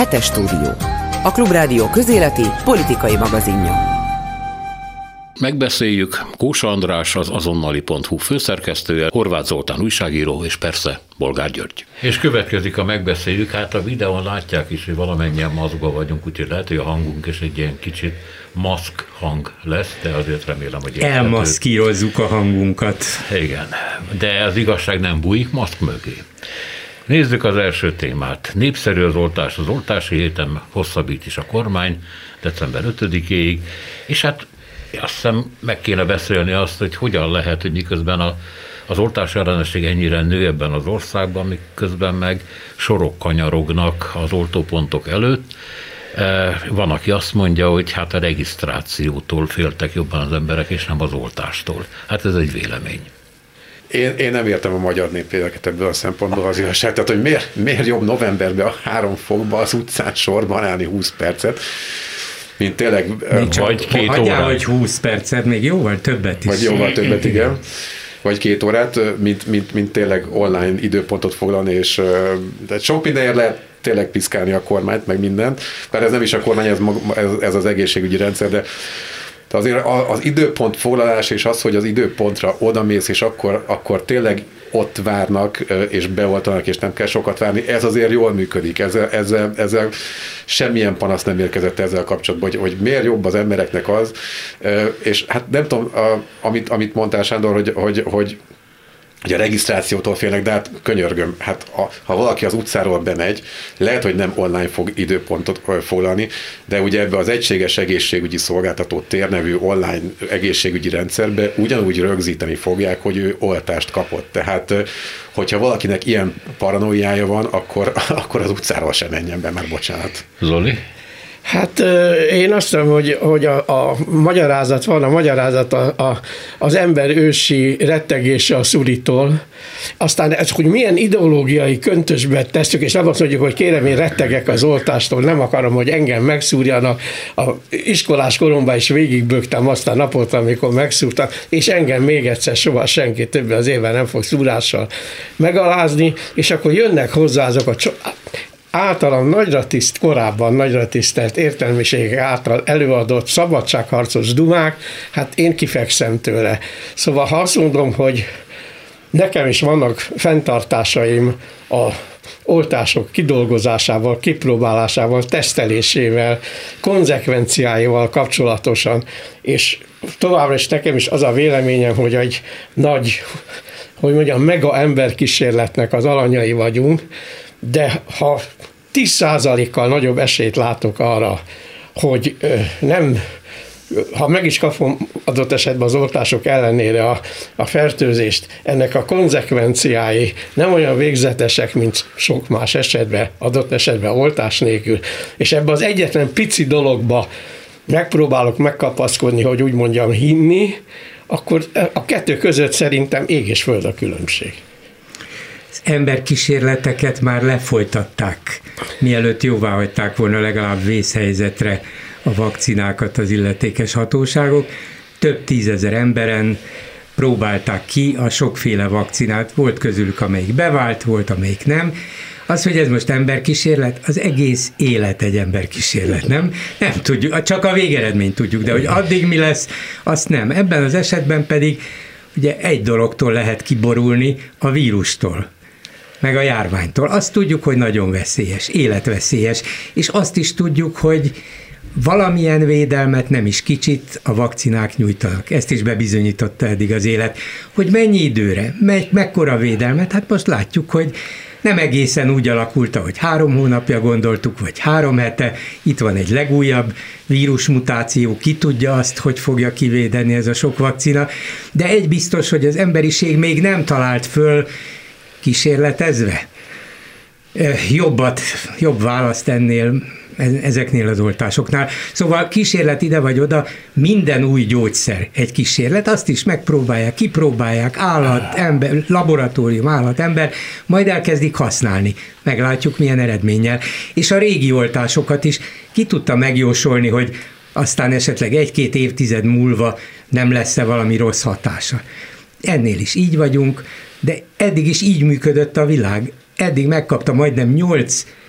Hetes stúdió. A Klubrádió közéleti, politikai magazinja. Megbeszéljük Kósa András, az azonnali.hu főszerkesztője, Horváth Zoltán újságíró, és persze Bolgár György. És következik a megbeszéljük, hát a videón látják is, hogy valamennyien maszkba vagyunk, úgyhogy lehet, hogy a hangunk is egy ilyen kicsit maszk hang lesz, de azért remélem, hogy elmaszkírozzuk a hangunkat. Igen, de az igazság nem bújik maszk mögé. Nézzük az első témát. Népszerű az oltás. Az oltási héten hosszabbít is a kormány december 5-éig, és hát azt hiszem meg kéne beszélni azt, hogy hogyan lehet, hogy miközben az oltás ellenesség ennyire nő ebben az országban, miközben meg sorok kanyarognak az oltópontok előtt. Van, aki azt mondja, hogy hát a regisztrációtól féltek jobban az emberek, és nem az oltástól. Hát ez egy vélemény. Én nem értem a magyar népléleket ebből a szempontból az igazság. Tehát, hogy miért jobb novemberben a 3 fokban az utcán sorban állni 20 percet, mint tényleg... Vagy 2 órát. Hagyjál, hogy 20 percet, még jóval többet is. Vagy jóval többet, igen. Vagy 2 órát, mint tényleg online időpontot foglalni, és de sok mindenért lehet tényleg piszkálni a kormányt, meg mindent. Mert ez nem is a kormány, ez az egészségügyi rendszer, de azért az időpont foglalás és az, hogy az időpontra odamész, és akkor tényleg ott várnak, és beoltanak, és nem kell sokat várni, ez azért jól működik. Ezzel semmilyen panasz nem érkezett ezzel kapcsolatban, hogy miért jobb az embereknek az, és hát nem tudom, amit mondtál, Sándor, hogy a regisztrációtól félnek, de hát könyörgöm, hát ha valaki az utcáról bemegy, lehet, hogy nem online fog időpontot foglalni, de ugye ebbe az egységes egészségügyi szolgáltató térnevű online egészségügyi rendszerbe ugyanúgy rögzíteni fogják, hogy ő oltást kapott. Tehát, hogyha valakinek ilyen paranoiája van, akkor az utcáról sem menjen be, már bocsánat. Zoli? Hát én azt mondom, hogy a magyarázat van, a magyarázat az ember ősi rettegése a szuritól, aztán ez, hogy milyen ideológiai köntösbe tesszük, és nem azt mondjuk, hogy kérem, én rettegek az oltástól, nem akarom, hogy engem megszúrjanak. A iskolás koromban is végigbögtem azt a napot, amikor megszúrtak, és engem még egyszer soha senki többé az évben nem fog szúrással megalázni, és akkor jönnek hozzá azok a általam korábban nagyra tisztelt értelmiségek által előadott szabadságharcos dumák, hát én kifekszem tőle. Szóval ha azt mondom, hogy nekem is vannak fenntartásaim a oltások kidolgozásával, kipróbálásával, tesztelésével, konzekvenciáival kapcsolatosan, és továbbra is nekem is az a véleményem, hogy egy nagy, mega emberkísérletnek az alanyai vagyunk, de ha 10%-kal nagyobb esélyt látok arra, hogy ha meg is kapom adott esetben az oltások ellenére a fertőzést, ennek a konzekvenciái nem olyan végzetesek, mint sok más esetben, adott esetben oltás nélkül, és ebbe az egyetlen pici dologba megpróbálok megkapaszkodni, hogy úgy mondjam hinni, akkor a kettő között szerintem ég és föld a különbség. Emberkísérleteket már lefolytatták, mielőtt jóváhagyták volna legalább vészhelyzetre a vakcinákat az illetékes hatóságok. Több 10 000 emberen próbálták ki a sokféle vakcinát, volt közülük, amelyik bevált, volt, amelyik nem. Az, hogy ez most emberkísérlet, az egész élet egy emberkísérlet, nem? Nem tudjuk, csak a végeredményt tudjuk, de hogy addig mi lesz, azt nem. Ebben az esetben pedig ugye egy dologtól lehet kiborulni, a vírustól, meg a járványtól. Azt tudjuk, hogy nagyon veszélyes, életveszélyes, és azt is tudjuk, hogy valamilyen védelmet, nem is kicsit, a vakcinák nyújtanak. Ezt is bebizonyította eddig az élet. Hogy mennyi időre, mekkora védelmet, hát most látjuk, hogy nem egészen úgy alakult, ahogy 3 hónapja gondoltuk, vagy 3 hete. Itt van egy legújabb vírusmutáció, ki tudja azt, hogy fogja kivédeni ez a sok vakcina. De egy biztos, hogy az emberiség még nem talált föl kísérletezve jobb választ ezeknél az oltásoknál. Szóval kísérlet ide vagy oda, minden új gyógyszer egy kísérlet, azt is megpróbálják, kipróbálják, állat, ember, laboratórium, állat, ember, majd elkezdik használni. Meglátjuk milyen eredménnyel. És a régi oltásokat is ki tudta megjósolni, hogy aztán esetleg 1-2 évtized múlva nem lesz-e valami rossz hatása. Ennél is így vagyunk, de eddig is így működött a világ. Eddig megkapta majdnem 8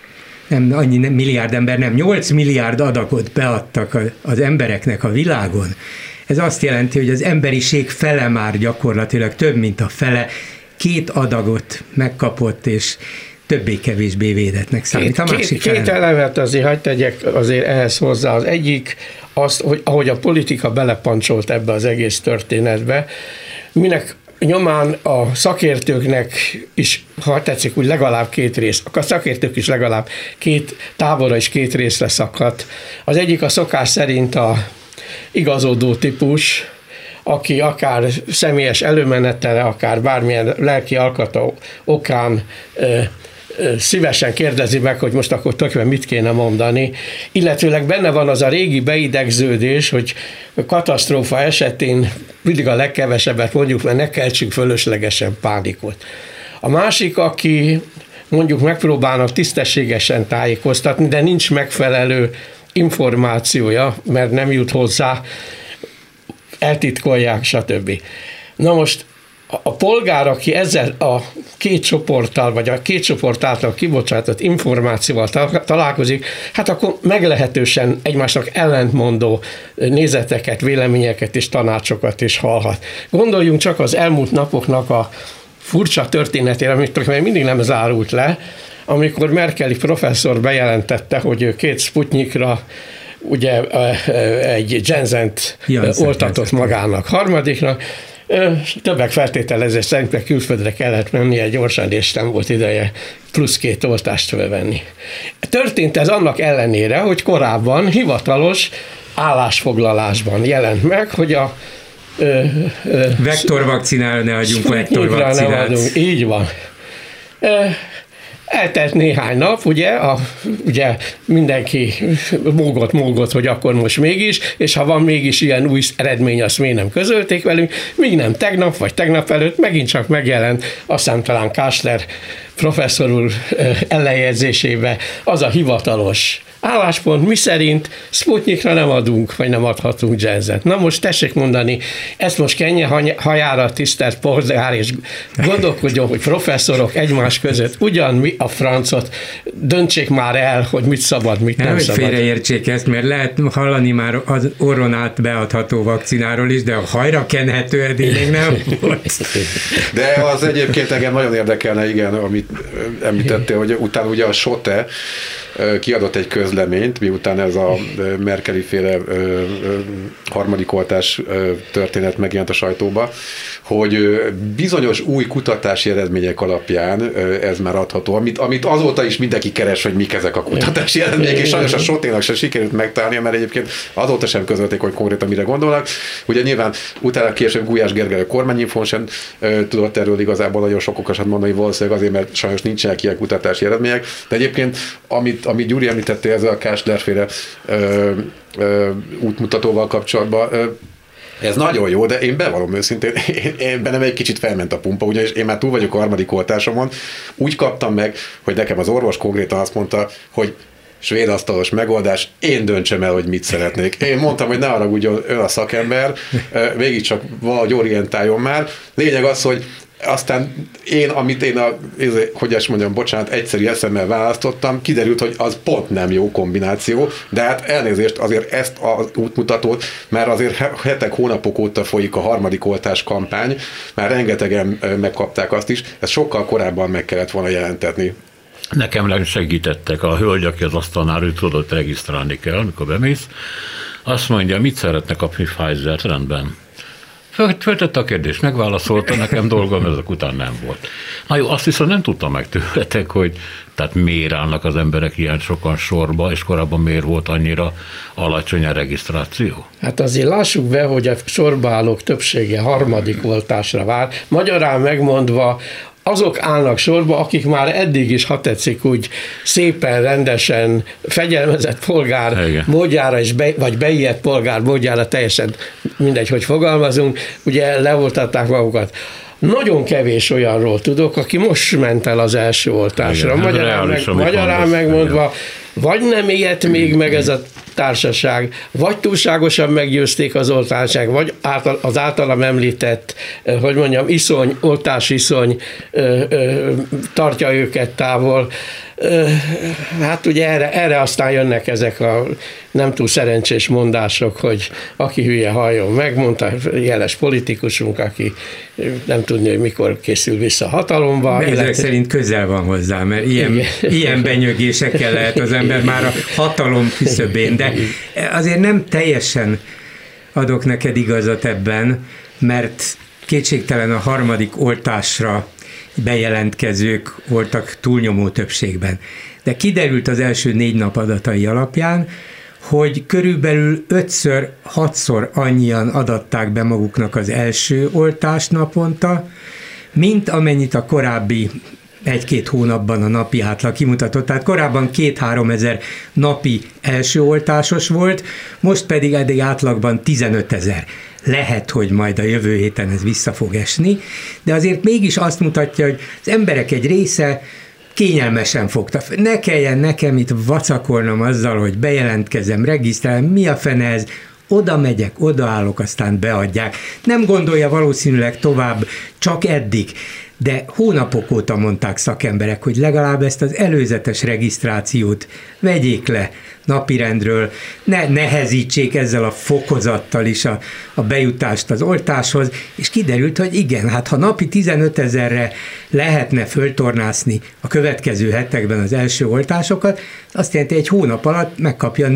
nem annyi milliárd ember, nem 8 milliárd adagot beadtak az embereknek a világon. Ez azt jelenti, hogy az emberiség fele már gyakorlatilag több, mint a fele 2 adagot megkapott, és többé-kevésbé védettnek számít. Két elemet azért hadd tegyek azért ehhez hozzá. Az egyik, azt, hogy ahogy a politika belepancsolt ebbe az egész történetbe, minek nyomán a szakértőknek is, ha tetszik, úgy legalább 2 rész, a szakértők is legalább 2 táborra és 2 részre szakadt. Az egyik a szokás szerint a igazodó típus, aki akár személyes előmenetele, akár bármilyen lelki alkata okán szívesen kérdezi meg, hogy most akkor tökve mit kéne mondani, illetőleg benne van az a régi beidegződés, hogy katasztrófa esetén mindig a legkevesebbet mondjuk, mert ne keltsünk fölöslegesen pánikot. A másik, aki mondjuk megpróbálnak tisztességesen tájékoztatni, de nincs megfelelő információja, mert nem jut hozzá, eltitkolják, stb. Na most a polgár, aki ezzel a 2 csoporttal, vagy a 2 csoport által kibocsátott információval találkozik, hát akkor meglehetősen egymásnak ellentmondó nézeteket, véleményeket és tanácsokat is hallhat. Gondoljunk csak az elmúlt napoknak a furcsa történetére, amit még mindig nem zárult le, amikor Merkeli professzor bejelentette, hogy ő 2 Sputnikra ugye egy Janssent oltatott magának, harmadiknak, többek feltételezés szerint külföldre kellett mennie gyorsan, és nem volt ideje plusz 2 oltást fölvenni. Történt ez annak ellenére, hogy korábban hivatalos állásfoglalásban jelent meg, hogy a vektorvakcinára ne adjunk vektorvakcinát. Így van. Eltelt néhány nap, ugye mindenki mógott, hogy akkor most mégis, és ha van mégis ilyen új eredmény, azt még nem közölték velünk, míg nem tegnap vagy tegnap előtt megint csak megjelent, aztán talán Kásler professzor úr ellenjegyzésébe az a hivatalos álláspont, miszerint Sputnikra nem adunk, vagy nem adhatunk Janssen. Na most tessék mondani, ezt most kenje hajára tisztelt polgár, és gondolkodjon, hogy professzorok egymás között ugyan mi a francot döntsék már el, hogy mit szabad, mit nem szabad. Nem, hogy félreértsék ezt, mert lehet hallani már az orron át beadható vakcináról is, de a hajra kenhető eddig még nem volt. De az egyébként engem nagyon érdekelne, igen, amit említettél, hogy utána ugye a SOTE kiadott egy közleményt, miután ez a Merkeli-féle harmadik oltás történet megjelent a sajtóba, hogy bizonyos új kutatási eredmények alapján ez már adható, amit azóta is mindenki keres, hogy mik ezek a kutatási eredmények, és sajnos a SOTE-nak se sikerült megtalálnia, mert egyébként azóta sem közölték, hogy konkrétan mire gondolnak. Ugye nyilván utána később Gulyás Gergely a kormányinfón sem tudott erről igazából nagyon sokokat mondani, valószínűleg azért, mert sajnos nincsenek ilyen kutatási eredmények, de egyébként amit Gyuri említette ezzel a Kásler-féle útmutatóval kapcsolatban, ez nagyon jó, de én bevallom őszintén, én bennem egy kicsit felment a pumpa, ugyanis én már túl vagyok a harmadik oltásomon, úgy kaptam meg, hogy nekem az orvos konkrétan azt mondta, hogy svéd asztalos megoldás, én döntsem el, hogy mit szeretnék. Én mondtam, hogy ne haragudjon, ön a szakember, végig csak valahogy orientáljon már. Lényeg az, hogy aztán hogy ezt mondjam, bocsánat, egyszerű eszemmel választottam, kiderült, hogy az pont nem jó kombináció, de hát elnézést azért ezt az útmutatót, mert azért hetek, hónapok óta folyik a harmadik oltás kampány, már rengetegen megkapták azt is, ezt sokkal korábban meg kellett volna jelentetni. Nekem segítettek a hölgy, aki az asztalnál ő tudott regisztrálni kell, amikor bemész. Azt mondja, mit szeretne kapni Pfizer-t, rendben. Föltette a kérdést, megválaszolta, nekem dolgom ezek után nem volt. Na jó, azt viszont nem tudtam meg tőletek, hogy tehát miért állnak az emberek ilyen sokan sorba, és korábban miért volt annyira alacsony a regisztráció? Hát azért lássuk be, hogy a sorba állók többsége harmadik oltásra vár. Magyarán megmondva, azok állnak sorba, akik már eddig is, ha tetszik, úgy szépen, rendesen fegyelmezett polgár módjára, vagy beijedt polgár módjára, teljesen mindegy, hogy fogalmazunk, ugye leoltatták magukat. Nagyon kevés olyanról tudok, aki most ment el az első oltásra. Magyarán megmondva, vagy nem ijedt még meg ez a társaság, vagy túlságosan meggyőzték az oltását, vagy az általam említett, oltásiszony tartja őket távol. hát ugye erre aztán jönnek ezek a nem túl szerencsés mondások, hogy aki hülye, halljon meg, mondta jeles politikusunk, aki nem tudni, hogy mikor készül vissza hatalomba. Ezek szerint közel van hozzá, mert ilyen benyögésekkel lehet az ember már a hatalom küszöbén, de azért nem teljesen adok neked igazat ebben, mert kétségtelen a harmadik oltásra bejelentkezők voltak túlnyomó többségben. De kiderült az első 4 nap adatai alapján, hogy körülbelül 5-6-szor annyian adatták be maguknak az első oltást naponta, mint amennyit a korábbi 1-2 hónapban a napi átlag kimutatott. Tehát korábban 2-3 ezer napi első oltásos volt, most pedig eddig átlagban 15 000. Lehet, hogy majd a jövő héten ez vissza fog esni, de azért mégis azt mutatja, hogy az emberek egy része kényelmesen fogta. Ne kelljen nekem itt vacakolnom azzal, hogy bejelentkezem, regisztrálom, mi a fene ez, oda megyek, odaállok, aztán beadják. Nem gondolja valószínűleg tovább, csak eddig. De hónapok óta mondták szakemberek, hogy legalább ezt az előzetes regisztrációt vegyék le napirendről, ne nehezítsék ezzel a fokozattal is a bejutást az oltáshoz, és kiderült, hogy igen, hát ha napi 15 000-re lehetne föltornászni a következő hetekben az első oltásokat, azt jelenti, egy hónap alatt megkapja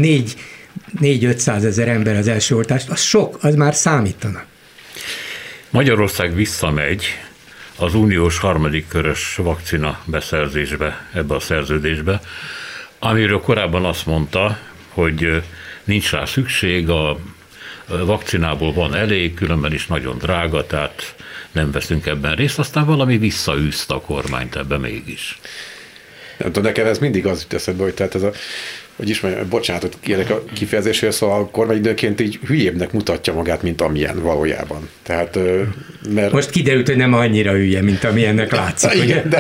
400-500 ezer ember az első oltást, az sok, az már számítana. Magyarország visszamegy az uniós harmadik körös vakcina beszerzésbe, ebbe a szerződésbe, amiről korábban azt mondta, hogy nincs rá szükség, a vakcinából van elég, különben is nagyon drága, tehát nem veszünk ebben részt, aztán valami visszaűzte a kormányt ebbe mégis. Nem tudom, nekem ez mindig az jut eszedbe, hogy tehát ez a hogy ismerjem, bocsánatot kérek a kifejezésről, szóval a kormány időnként így hülyébbnek mutatja magát, mint amilyen valójában. Tehát, mert... Most kiderült, hogy nem annyira hülye, mint amilyennek látszik. Igen,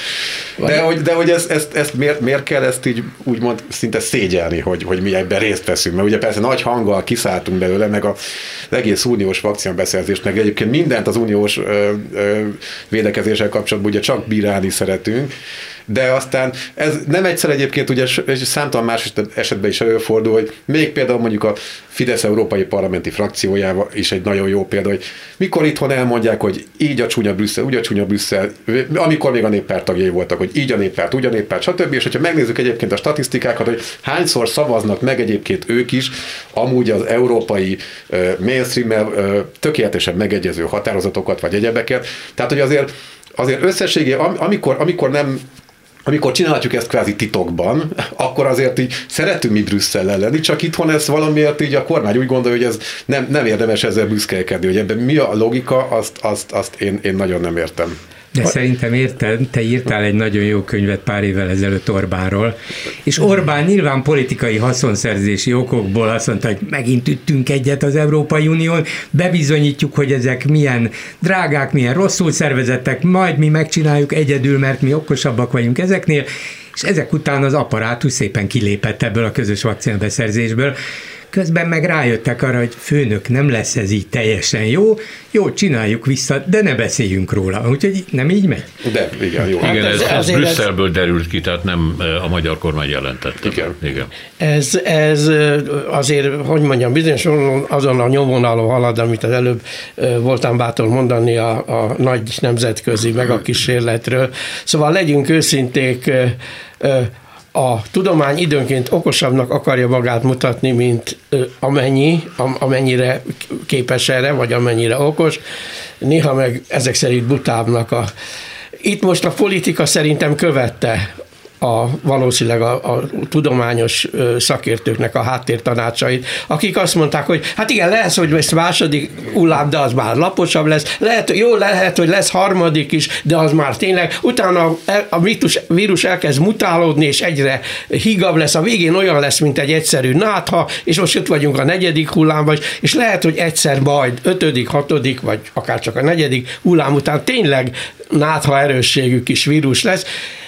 de hogy ezt miért kell ezt így úgymond szinte szégyelni, hogy mi ebben részt veszünk, mert ugye persze nagy hanggal kiszálltunk belőle, meg az egész uniós vakcinabeszerzést, meg egyébként mindent az uniós védekezéssel kapcsolatban ugye csak bírálni szeretünk, de aztán ez nem egyszer egyébként, ugye számtalan más esetben is előfordul, hogy még például mondjuk a Fidesz európai parlamenti frakciójával is egy nagyon jó példa, hogy mikor itthon elmondják, hogy így a csúnya Brüsszel, úgy a csúnya Brüsszel, amikor még a Néppárt tagjai voltak, hogy így a Néppárt, úgy a Néppárt, stb. És hogyha megnézzük egyébként a statisztikákat, hogy hányszor szavaznak meg egyébként ők is, amúgy az európai mainstream-mel tökéletesen megegyező határozatokat vagy egyebeket. Tehát, hogy azért összességében, amikor csinálhatjuk ezt kvázi titokban, akkor azért így szeretünk mi Brüsszellel lenni, csak itthon ez valamiért így a kormány úgy gondolja, hogy ez nem érdemes ezzel büszkélkedni, hogy ebben mi a logika, azt én nagyon nem értem. De szerintem érted, te írtál egy nagyon jó könyvet pár évvel ezelőtt Orbánról, és Orbán nyilván politikai haszonszerzési okokból azt mondta, hogy megint üttünk egyet az Európai Unión, bebizonyítjuk, hogy ezek milyen drágák, milyen rosszul szervezettek, majd mi megcsináljuk egyedül, mert mi okosabbak vagyunk ezeknél, és ezek után az apparátus szépen kilépett ebből a közös vakcinabeszerzésből. Közben meg rájöttek arra, hogy főnök, nem lesz ez így teljesen jó, csináljuk vissza, de ne beszéljünk róla. Úgyhogy nem így megy? De, igen, jó. Igen, ez Brüsszelből derült ki, tehát nem a magyar kormány jelentette. Igen. Ez azért, hogy mondjam, bizonyos azon a nyomvonalon halad, amit az előbb voltam bátor mondani a nagy nemzetközi megakísérletről. Szóval legyünk őszinték, a tudomány időnként okosabbnak akarja magát mutatni, mint amennyire képes erre, vagy amennyire okos, néha meg ezek szerint butábbnak. Itt most a politika szerintem követte valószínűleg a tudományos szakértőknek a háttértanácsait, akik azt mondták, hogy hát igen, lehet, hogy lesz második hullám, de az már laposabb lesz, lehet, hogy lesz harmadik is, de az már tényleg, utána a vírus elkezd mutálódni, és egyre hígabb lesz, a végén olyan lesz, mint egy egyszerű nátha, és most ott vagyunk a 4. hullámban, és lehet, hogy egyszer majd 5., 6., vagy akár csak a 4. hullám után tényleg nátha erősségű kis vírus lesz.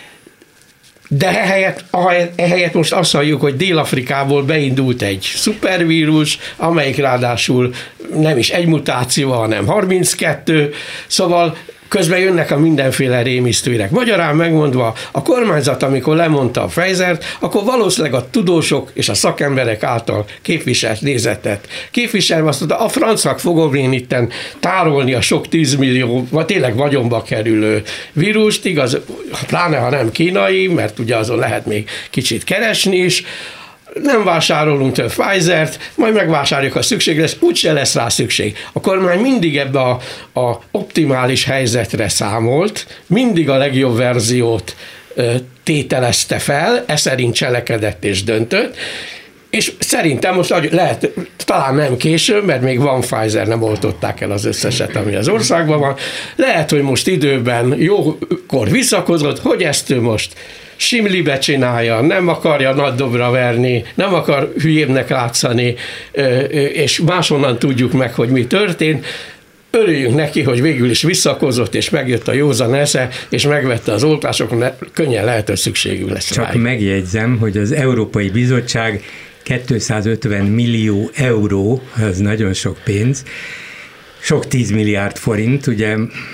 De ehelyett most azt halljuk, hogy Dél-Afrikából beindult egy szupervírus, amelyik ráadásul nem is egy mutáció, hanem 32, szóval Közben jönnek a mindenféle rémisztőrek. Magyarán megmondva, a kormányzat, amikor lemondta a Pfizert, akkor valószínűleg a tudósok és a szakemberek által képviselt nézetet képviselve azt mondta, a francnak fogom én itten tárolni a sok 10 millió, vagy tényleg vagyonba kerülő vírust, igaz, pláne ha nem kínai, mert ugye azon lehet még kicsit keresni is, nem vásárolunk több Pfizert, majd megvásároljuk, ha szükség lesz, úgyse lesz rá szükség. A kormány mindig ebbe a optimális helyzetre számolt, mindig a legjobb verziót tételezte fel, ez szerint cselekedett és döntött, és szerintem most lehet, talán nem később, mert még van Pfizer, nem oltották el az összeset, ami az országban van, lehet, hogy most időben jókor visszakozott, hogy ezt ő most simlibe csinálja, nem akarja nagy dobra verni, nem akar hülyébbnek látszani, és máshonnan tudjuk meg, hogy mi történt. Örüljünk neki, hogy végül is visszakozott, és megjött a józan esze, és megvette az oltásokon, könnyen lehet, hogy szükségünk lesz Csak rá. megjegyzem, hogy az Európai Bizottság 250 millió euró, az nagyon sok pénz, sok 10 milliárd forint, ugye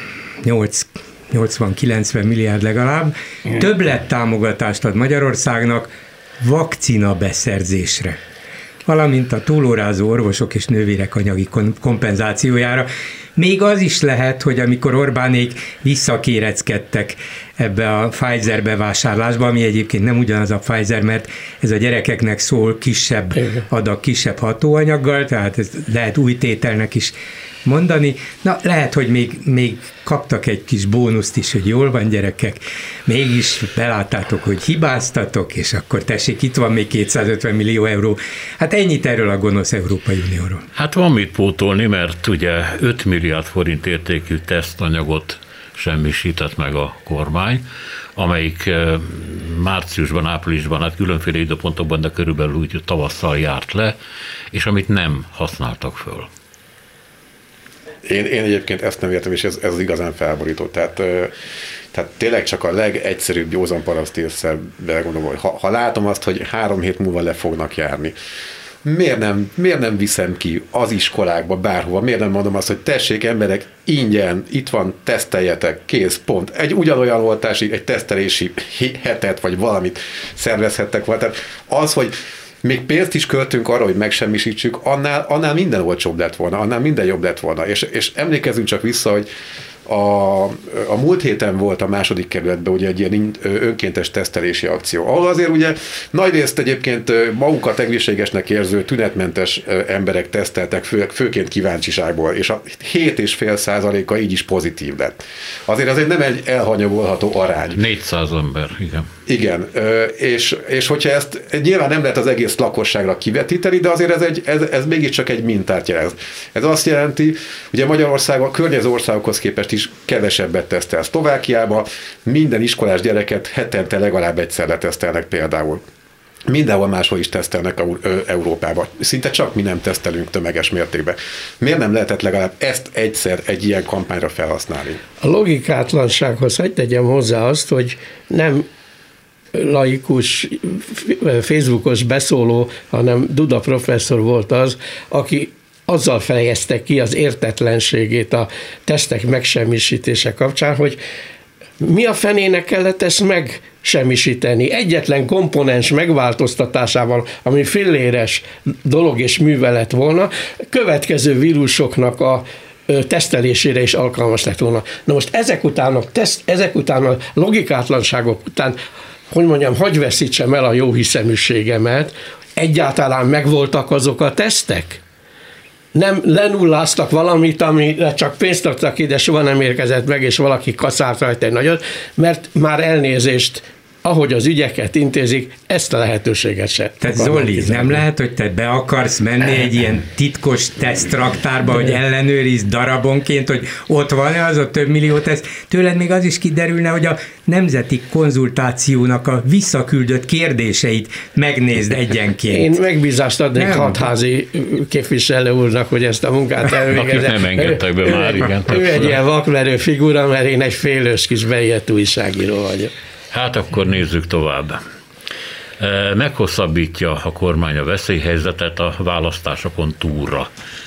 80-90 milliárd legalább, többlettámogatást ad Magyarországnak vakcina beszerzésre, valamint a túlórázó orvosok és nővérek anyagi kompenzációjára. Még az is lehet, hogy amikor Orbánék visszakéreckedtek ebbe a Pfizer bevásárlásba, ami egyébként nem ugyanaz a Pfizer, mert ez a gyerekeknek szól kisebb adag, kisebb hatóanyaggal, tehát ez lehet új tételnek is mondani. Na, lehet, hogy még kaptak egy kis bónuszt is, hogy jól van, gyerekek, mégis beláttátok, hogy hibáztatok, és akkor tessék, itt van még 250 millió euró. Hát ennyit erről a gonosz Európai Unióról. Hát van mit pótolni, mert ugye 5 milliárd forint értékű tesztanyagot semmisített meg a kormány, amelyik márciusban, áprilisban, hát különféle időpontokban, de körülbelül úgy tavasszal járt le, és amit nem használtak föl. Én egyébként ezt nem értem, és ez igazán felborító. Tehát tényleg csak a legegyszerűbb józan paraszt észre belegondolom, hogy ha látom azt, hogy 3 hét múlva le fognak járni, miért nem viszem ki az iskolákba, bárhova, miért nem mondom azt, hogy tessék emberek, ingyen, itt van, teszteljetek, kész, pont. Egy ugyanolyan oltási, egy tesztelési hetet, vagy valamit szervezhettek volna. Tehát az, hogy még pénzt is költünk arra, hogy megsemmisítsük, annál minden olcsóbb lett volna, annál minden jobb lett volna. És emlékezzünk csak vissza, hogy a múlt héten volt a második kerületben ugye egy ilyen önkéntes tesztelési akció, ahol azért ugye nagyrészt egyébként magukat egészségesnek érző, tünetmentes emberek teszteltek, főként kíváncsiságból, és a 7,5%-a így is pozitív lett. Azért ez nem egy elhanyagolható arány. 400 ember, igen. Igen, és hogyha ezt nyilván nem lehet az egész lakosságra kivetíteni, de azért ez mégiscsak egy mintát jelent. Ez azt jelenti, ugye Magyarország a környező országokhoz képest is kevesebbet tesztel. Szlovákiában minden iskolás gyereket hetente legalább egyszer letesztelnek például. Mindenhol máshol is tesztelnek Európában. Szinte csak mi nem tesztelünk tömeges mértékben. Miért nem lehetett legalább ezt egyszer egy ilyen kampányra felhasználni? A logikátlansághoz hadd tegyem hozzá azt, hogy nem laikus Facebookos beszóló, hanem Duda professzor volt az, aki azzal fejezte ki az értetlenségét a tesztek megsemmisítése kapcsán, hogy mi a fenének kellett ezt megsemmisíteni. Egyetlen komponens megváltoztatásával, ami filléres dolog és művelet volna, következő vírusoknak a tesztelésére is alkalmas lett volna. Na most ezek után a logikátlanságok után, hogy mondjam, hagy veszítsem el a jóhiszeműségemet, egyáltalán megvoltak azok a tesztek? Nem lenulláztak valamit, amire csak pénzt adtak ide, soha nem érkezett meg, és valaki kaszált rajta egy nagyot, mert már elnézést, ahogy az ügyeket intézik, ezt a lehetőséget se. Tehát Zoli, nem lehet, hogy te be akarsz menni egy ilyen titkos tesztraktárba, hogy ellenőrizd darabonként, hogy ott van-e az a több millió teszt. Tőled még az is kiderülne, hogy a nemzeti konzultációnak a visszaküldött kérdéseit megnézd egyenként. Én megbízást adnék hatházi képviselő úrnak, hogy ezt a munkát elvégezze. Nem engedtek be már, igen. Ő egy ilyen vakmerő figura, mert én egy félős kis beijedt újságíró vagyok. Hát akkor nézzük tovább. Meghosszabbítja a kormány a veszélyhelyzetet a választásokon túlra.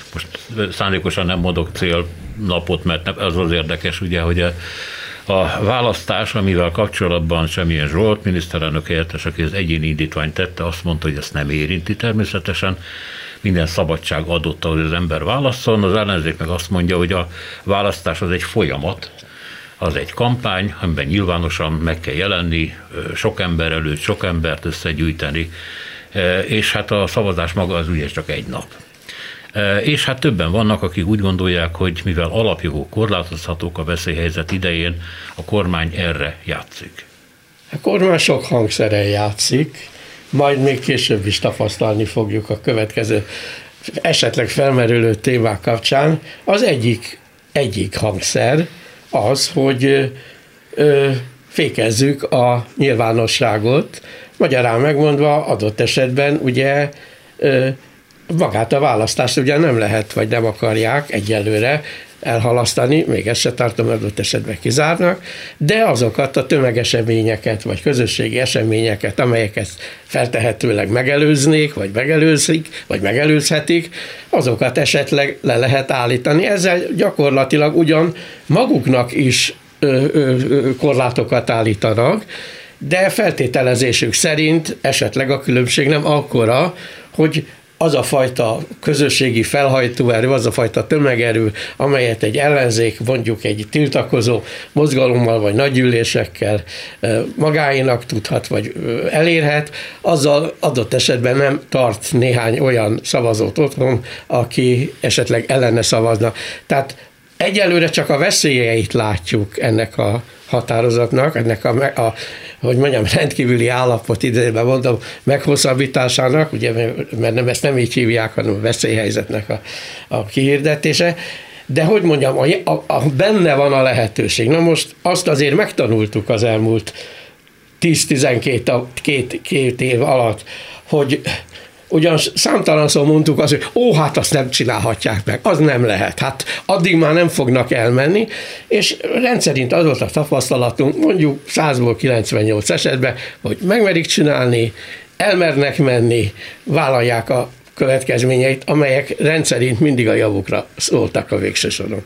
most szándékosan nem mondok célnapot, mert az az érdekes, ugye, hogy a választás, amivel kapcsolatban Semjén Zsolt, miniszterelnök helyettes, aki az egyéni indítványt tette, azt mondta, hogy ezt nem érinti természetesen, minden szabadság adott, hogy az ember válasszon, az ellenzék meg azt mondja, hogy a választás az egy folyamat, az egy kampány, amiben nyilvánosan meg kell jelenni, sok ember előtt sok embert összegyűjteni, és hát a szavazás maga az ugye csak egy nap. És hát többen vannak, akik úgy gondolják, hogy mivel alapjogok korlátozhatók a veszélyhelyzet idején, a kormány erre játszik. A kormány sok hangszeren játszik, majd még később is tapasztalni fogjuk a következő esetleg felmerülő témák kapcsán. Az egyik hangszer az, hogy fékezzük a nyilvánosságot, magyarán megmondva adott esetben ugye magát a választást ugye nem lehet, vagy nem akarják egyelőre elhalasztani, még ezt se tartom, adott esetben kizárnak, de azokat a tömegeseményeket, vagy közösségi eseményeket, amelyeket feltehetőleg megelőznék, vagy megelőzik, vagy megelőzhetik, azokat esetleg le lehet állítani. Ezzel gyakorlatilag ugyan maguknak is korlátokat állítanak, de feltételezésük szerint esetleg a különbség nem akkora, hogy az a fajta közösségi felhajtóerő, az a fajta tömegerő, amelyet egy ellenzék mondjuk egy tiltakozó mozgalommal vagy nagygyűlésekkel magáénak tudhat vagy elérhet, azzal adott esetben nem tart néhány olyan szavazót otthon, aki esetleg ellene szavazna. Tehát egyelőre csak a veszélyeit látjuk ennek a határozatnak, ennek hogy mondjam, rendkívüli állapot idejében mondom, meghosszabbításának, ugye, mert nem, ezt nem így hívják, hanem a veszélyhelyzetnek a kihirdetése, de hogy mondjam, benne van a lehetőség. Na most azt azért megtanultuk az elmúlt 10-12 év alatt, hogy ugyan számtalanszor mondtuk azt, hogy hát azt nem csinálhatják meg, az nem lehet, hát addig már nem fognak elmenni, és rendszerint az volt a tapasztalatunk, mondjuk 100-ból 98 esetben, hogy megmerik csinálni, elmernek menni, vállalják a következményeit, amelyek rendszerint mindig a javukra szóltak a végső soron.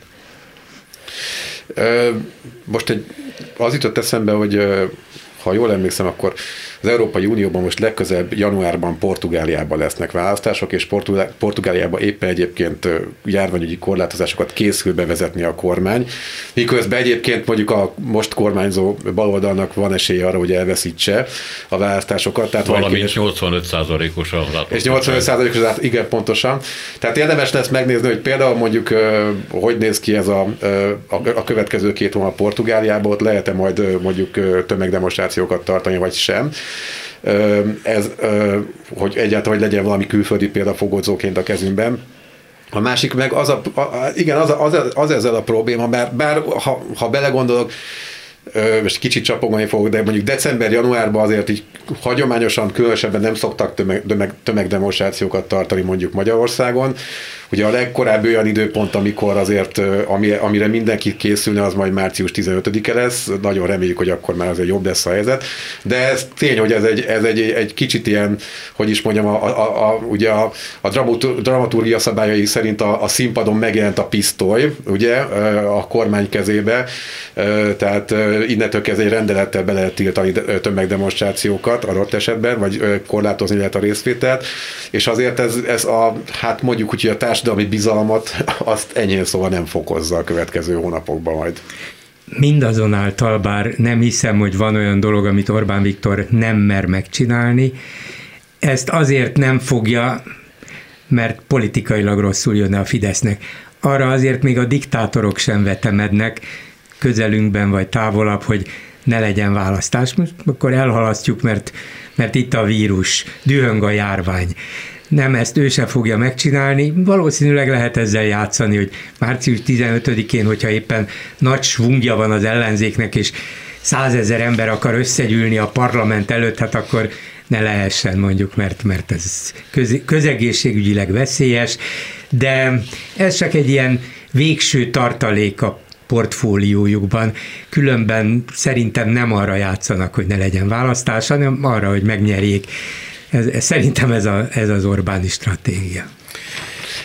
Most az jutott eszembe, hogy ha jól emlékszem, akkor az Európai Unióban most legközelebb januárban Portugáliában lesznek választások, és Portugáliában éppen egyébként járványügyi korlátozásokat készül bevezetni a kormány, miközben egyébként mondjuk a most kormányzó baloldalnak van esélye arra, hogy elveszítse a választásokat. Tehát valamint 85%-os a látogatás. És 85%-os, igen, pontosan. Tehát érdemes lesz megnézni, hogy például mondjuk hogy néz ki ez a következő 2 hónap Portugáliában, ott lehet-e majd mondjuk tömegdemonstrációkat tartani, vagy sem. Ez, hogy egyáltalán hogy legyen valami külföldi példa fogódzóként a kezünkben. A másik meg az ezzel a probléma, mert bár ha belegondolok, most kicsit csapogni fogok, de mondjuk december-januárban azért így hagyományosan különösebben nem szoktak tömegdemonstrációkat tartani mondjuk Magyarországon. Ugye a legkorábbi olyan időpont, amikor azért, amire mindenki készülne, az majd március 15-e lesz. Nagyon reméljük, hogy akkor már azért jobb lesz a helyzet. De ez tény, hogy ez egy kicsit ilyen, hogy is mondjam, ugye a dramaturgia szabályai szerint a színpadon megjelent a pisztoly, ugye, a kormány kezébe. Tehát innentől kezdve egy rendelettel be lehet tiltani tömegdemonstrációkat adott esetben, vagy korlátozni lehet a részvételt. És azért ez hát mondjuk úgy, hogy a társadalmi bizalmat azt enyhén szóval nem fokozza a következő hónapokban majd. Mindazonáltal, bár nem hiszem, hogy van olyan dolog, amit Orbán Viktor nem mer megcsinálni, ezt azért nem fogja, mert politikailag rosszul jönne a Fidesznek. Arra azért még a diktátorok sem vetemednek, közelünkben vagy távolabb, hogy ne legyen választás. Most akkor elhalasztjuk, mert itt a vírus, dühöng a járvány. Nem, ezt ő sem fogja megcsinálni. Valószínűleg lehet ezzel játszani, hogy március 15-én, hogyha éppen nagy svungja van az ellenzéknek, és 100 000 ember akar összegyűlni a parlament előtt, hát akkor ne lehessen mondjuk, mert ez közegészségügyileg veszélyes, de ez csak egy ilyen végső tartalék a portfóliójukban. Különben szerintem nem arra játszanak, hogy ne legyen választás, hanem arra, hogy megnyerjék. Szerintem ez az Orbáni stratégia.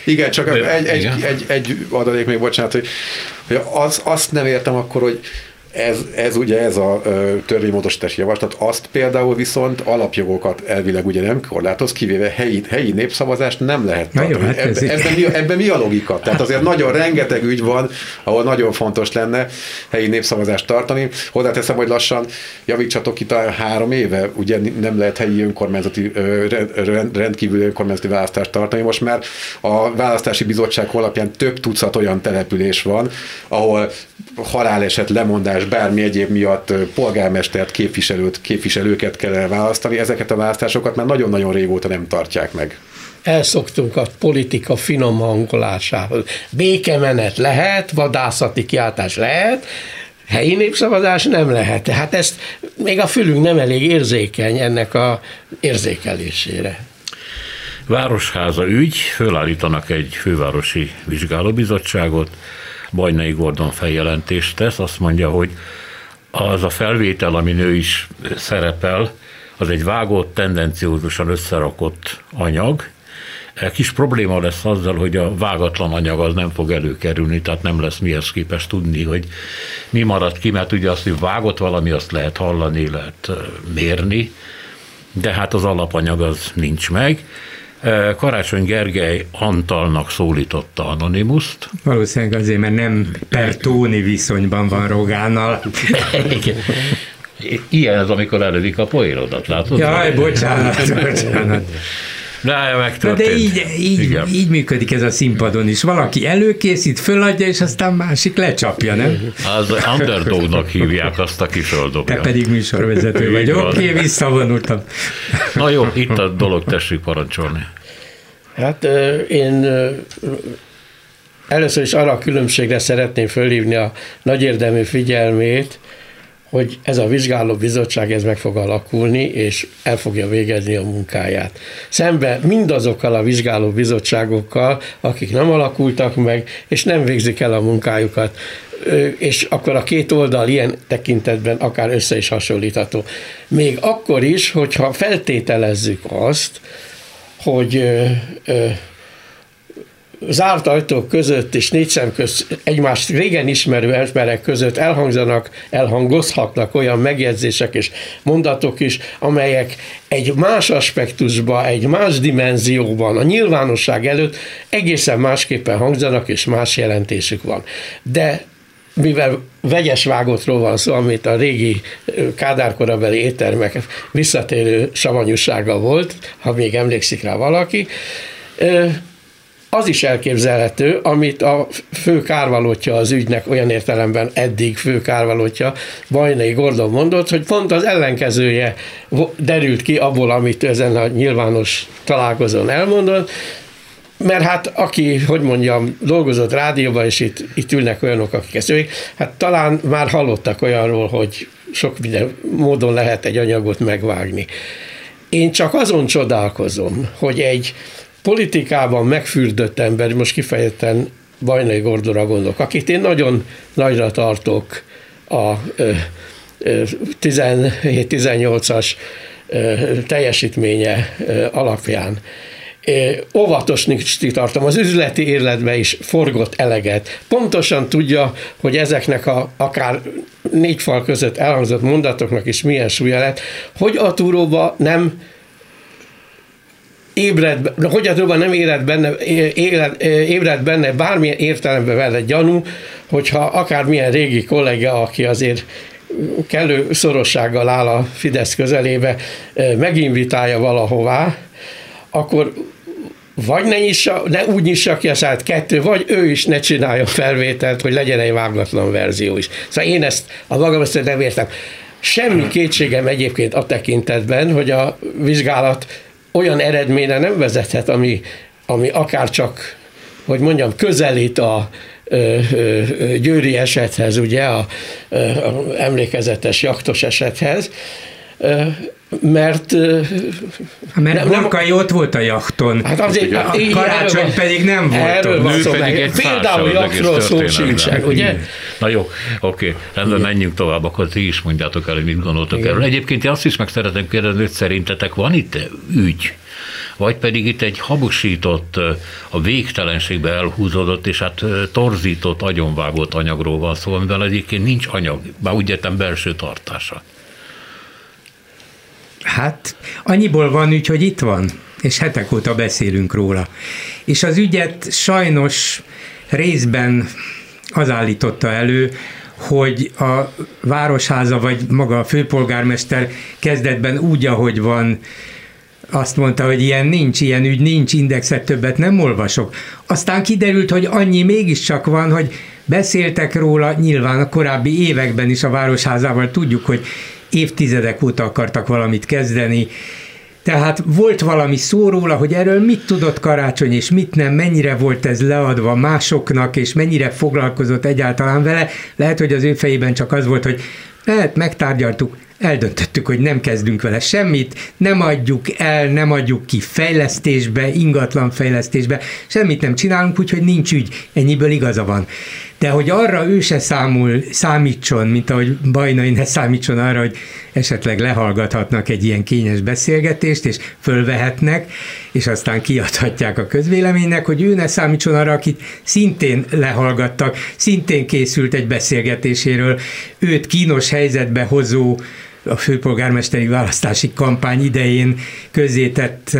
Igen, csak egy adalék még, bocsánat, hogy azt nem értem akkor, hogy ez ugye ez a törvénymódosítási javaslat, azt például viszont alapjogokat elvileg ugye nem korlátoz, kivéve helyi népszavazást nem lehet tartani. Hát ebben mi a logika? Tehát azért nagyon rengeteg ügy van, ahol nagyon fontos lenne helyi népszavazást tartani. Hozzáteszem, hogy lassan javítsatok itt a 3 éve, ugye nem lehet helyi önkormányzati, rendkívüli önkormányzati választást tartani. Most már a választási bizottság honlapján több tucat olyan település van, ahol haláleset, lemondás, bármi egyéb miatt polgármestert, képviselőket kell választani. Ezeket a választásokat már nagyon-nagyon régóta nem tartják meg. Elszoktunk a politika finom hangolásához. Békemenet lehet, vadászati kiáltás lehet, helyi népszavazás nem lehet. Tehát ezt még a fülünk nem elég érzékeny ennek a érzékelésére. Városháza ügy, fölállítanak egy fővárosi vizsgálóbizottságot, Bajnai Gordon feljelentést tesz, azt mondja, hogy az a felvétel, amin ő is szerepel, az egy vágott, tendenciózusan összerakott anyag. Kis probléma lesz azzal, hogy a vágatlan anyag az nem fog előkerülni, tehát nem lesz mihez képest tudni, hogy mi marad ki, mert ugye azt, hogy vágott valami, azt lehet hallani, lehet mérni, de hát az alapanyag az nincs meg. Karácsony Gergely Antalnak szólította Anonymoust. Valószínűleg azért, mert nem pertóni viszonyban van Rogánnal. Ilyen az, amikor elődik a poénodat, látod? Jaj, bocsánat. De így működik ez a színpadon is. Valaki előkészít, föladja, és aztán másik lecsapja, nem? Az underdognak hívják azt, aki földobja. Te pedig műsorvezető vagy. Oké, visszavonultam. Na jó, itt a dolog, tessék parancsolni. Hát én először is arra a különbségre szeretném fölhívni a nagy érdemű figyelmét, hogy ez a vizsgálóbizottság ez meg fog alakulni, és el fogja végezni a munkáját. Szemben mindazokkal a vizsgálóbizottságokkal, akik nem alakultak meg, és nem végzik el a munkájukat, és akkor a két oldal ilyen tekintetben akár össze is hasonlítható. Még akkor is, hogyha feltételezzük azt, hogy zárt ajtók között és négy szem közt egymást régen ismerő emberek között elhangozhatnak olyan megjegyzések és mondatok is, amelyek egy más aspektusban, egy más dimenzióban, a nyilvánosság előtt egészen másképpen hangzanak és más jelentésük van. De mivel vegyes vágottról van szó, amit a régi kádárkorabeli éttermek visszatérő savanyúsága volt, ha még emlékszik rá valaki, az is elképzelhető, amit a fő kárvalótja az ügynek, olyan értelemben eddig fő kárvalótja, Bajnai Gordon mondott, hogy pont az ellenkezője derült ki abból, amit ezen a nyilvános találkozón elmondott, mert hát aki, hogy mondjam, dolgozott rádióban, és itt ülnek olyanok, akik ezt ők, hát talán már hallottak olyanról, hogy sok minden módon lehet egy anyagot megvágni. Én csak azon csodálkozom, hogy egy politikában megfürdött ember, most kifejezetten Bajnai Gordonra gondolok, akit én nagyon nagyra tartok a 17-18-as teljesítménye alapján. Óvatosnak tartom, az üzleti életben is forgott eleget. Pontosan tudja, hogy ezeknek akár négy fal között elhangzott mondatoknak is milyen súlya lett, hogy a túróba nem ébred benne bármilyen értelemben vele gyanú, hogyha akármilyen régi kollega, aki azért kellő szorossággal áll a Fidesz közelébe, meginvitálja valahová, akkor vagy ne úgy nyissa ki a saját kettő, vagy ő is ne csinálja felvételt, hogy legyen egy vágatlan verzió is. Szóval én ezt a magam ezt nem értem. Semmi kétségem egyébként a tekintetben, hogy a vizsgálat olyan eredményre nem vezethet, ami akár csak, hogy mondjam, közelít a győri esethez, ugye, a emlékezetes jaktos esethez, mert Lakai ott volt a jachton, hát azért, Karácsony pedig nem volt. Erről van szó, például jachtról szó sincsen, ugye? Na jó, oké, rendben, menjünk tovább, akkor ti is mondjátok el, hogy mit gondoltok erről. Egyébként én azt is meg szeretném kérdezni, hogy szerintetek van itt ügy, vagy pedig itt egy habosított, a végtelenségbe elhúzódott, és hát torzított, agyonvágott anyagról van szó, amivel egyébként nincs anyag, bár úgy értem belső tartása. Hát annyiból van ügy, hogy itt van, és hetek óta beszélünk róla. És az ügyet sajnos részben az állította elő, hogy a Városháza vagy maga a főpolgármester kezdetben úgy, ahogy van, azt mondta, hogy ilyen nincs, ilyen ügy nincs, indexet többet nem olvasok. Aztán kiderült, hogy annyi mégiscsak van, hogy beszéltek róla, nyilván a korábbi években is a Városházával tudjuk, hogy évtizedek óta akartak valamit kezdeni, tehát volt valami szó róla, hogy erről mit tudott Karácsony, és mit nem, mennyire volt ez leadva másoknak, és mennyire foglalkozott egyáltalán vele. Lehet, hogy az ő fejében csak az volt, hogy megtárgyaltuk, eldöntöttük, hogy nem kezdünk vele semmit, nem adjuk el, nem adjuk ki fejlesztésbe, ingatlan fejlesztésbe, semmit nem csinálunk, úgyhogy nincs ügy, ennyiből igaza van. De hogy arra ő se számítson, mint ahogy Bajnai ne számítson arra, hogy esetleg lehallgathatnak egy ilyen kényes beszélgetést, és fölvehetnek, és aztán kiadhatják a közvéleménynek, hogy ő ne számítson arra, akit szintén lehallgattak, szintén készült egy beszélgetéséről, őt kínos helyzetbe hozó, a főpolgármesteri választási kampány idején közzétett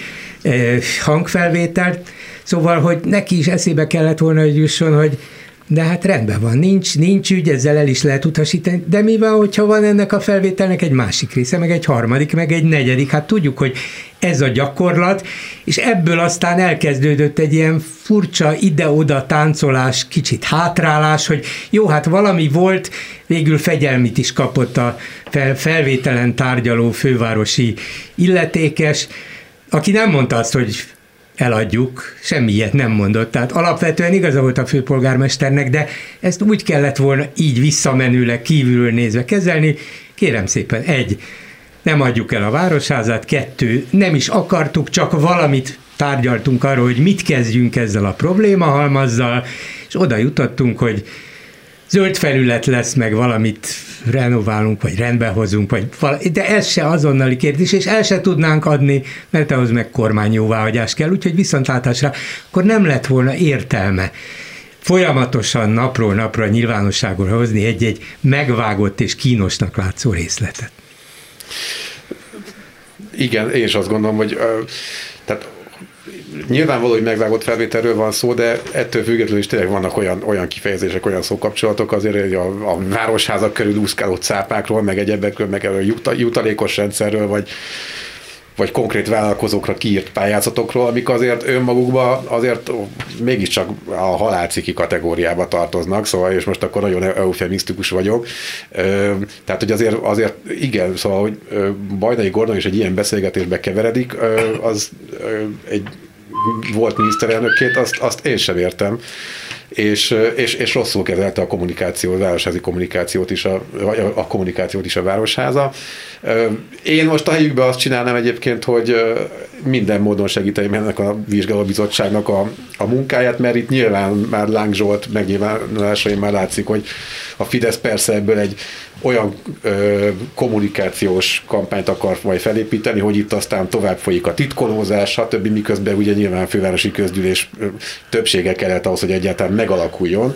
hangfelvételt, szóval, hogy neki is eszébe kellett volna, hogy jusson, hogy de hát rendben van, nincs ügy, ezzel el is lehet utasítani, de mi van, hogyha van ennek a felvételnek egy másik része, meg egy harmadik, meg egy negyedik, hát tudjuk, hogy ez a gyakorlat, és ebből aztán elkezdődött egy ilyen furcsa ide-oda táncolás, kicsit hátrálás, hogy jó, hát valami volt, végül fegyelmit is kapott a felvételen tárgyaló fővárosi illetékes, aki nem mondta azt, hogy eladjuk, semmi ilyet nem mondott. Tehát alapvetően igaza volt a főpolgármesternek, de ezt úgy kellett volna így visszamenőleg kívülről nézve kezelni. Kérem szépen, 1. nem adjuk el a Városházát, 2. nem is akartuk, csak valamit tárgyaltunk arról, hogy mit kezdjünk ezzel a problémahalmazzal, és oda jutottunk, hogy zöld felület lesz, meg valamit renoválunk, vagy rendbe hozunk, de ez se azonnali kérdés, és el se tudnánk adni, mert ahhoz meg kormányjóváhagyás kell, úgyhogy viszontlátásra akkor nem lett volna értelme folyamatosan napról napra nyilvánosságra hozni egy-egy megvágott és kínosnak látszó részletet. Igen, én is azt gondolom, hogy tehát nyilvánvaló, hogy megvágott felvételről van szó, de ettől függetlenül is tényleg vannak olyan kifejezések, olyan szókapcsolatok azért, hogy a városházak körül úszkáló cápákról, meg egyebekről, meg a jutalékos rendszerről, vagy konkrét vállalkozókra kiírt pályázatokról, amik azért önmagukban azért mégiscsak a halálciki kategóriába tartoznak, szóval, és most akkor nagyon eufemisztikus vagyok. Tehát, hogy azért igen, szóval, hogy Bajnai Gordon is egy ilyen beszélgetésbe keveredik, az egy volt miniszterelnökként, azt én sem értem. És rosszul kezelte a kommunikációt, a városházi kommunikációt is, a kommunikációt is a Városháza. Én most a helyükben azt csinálnám egyébként, hogy minden módon segíteném ennek a vizsgálóbizottságnak a munkáját, mert itt nyilván már Láng Zsolt megnyilvánulásain már látszik, hogy a Fidesz persze ebből egy olyan kommunikációs kampányt akar majd felépíteni, hogy itt aztán tovább folyik a titkolózás, stb. Miközben ugye nyilván fővárosi közgyűlés többsége kellett ahhoz, hogy egyáltalán megalakuljon.